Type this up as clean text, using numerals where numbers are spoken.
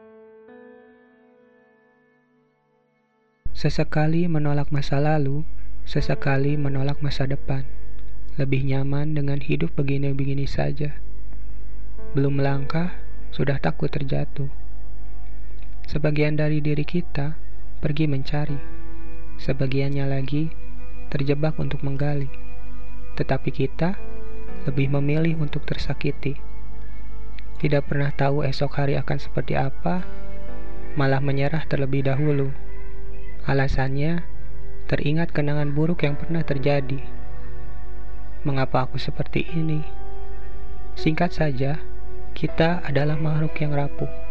Sesekali menolak masa lalu, sesekali menolak masa depan. Lebih nyaman dengan hidup begini-begini saja. Belum melangkah, sudah takut terjatuh. Sebagian dari diri kita pergi mencari, sebagiannya lagi terjebak untuk menggali. Tetapi kita lebih memilih untuk tersakiti. Tidak pernah tahu esok hari akan seperti apa, malah menyerah terlebih dahulu. Alasannya, teringat kenangan buruk yang pernah terjadi. Mengapa aku seperti ini? Singkat saja, kita adalah makhluk yang rapuh.